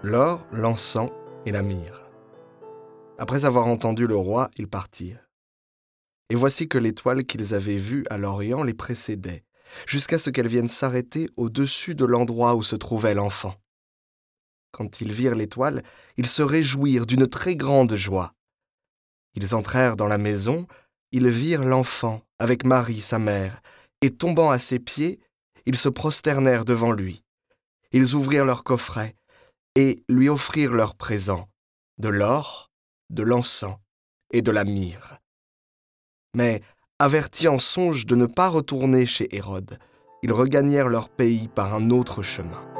l'or, l'encens et la myrrhe. Après avoir entendu le roi, ils partirent. Et voici que l'étoile qu'ils avaient vue à l'Orient les précédait, jusqu'à ce qu'elle vienne s'arrêter au-dessus de l'endroit où se trouvait l'enfant. Quand ils virent l'étoile, ils se réjouirent d'une très grande joie. Ils entrèrent dans la maison, ils virent l'enfant avec Marie, sa mère, et tombant à ses pieds, ils se prosternèrent devant lui. Ils ouvrirent leur coffret et lui offrirent leurs présents, de l'or, de l'encens et de la myrrhe. Mais, avertis en songe de ne pas retourner chez Hérode, ils regagnèrent leur pays par un autre chemin.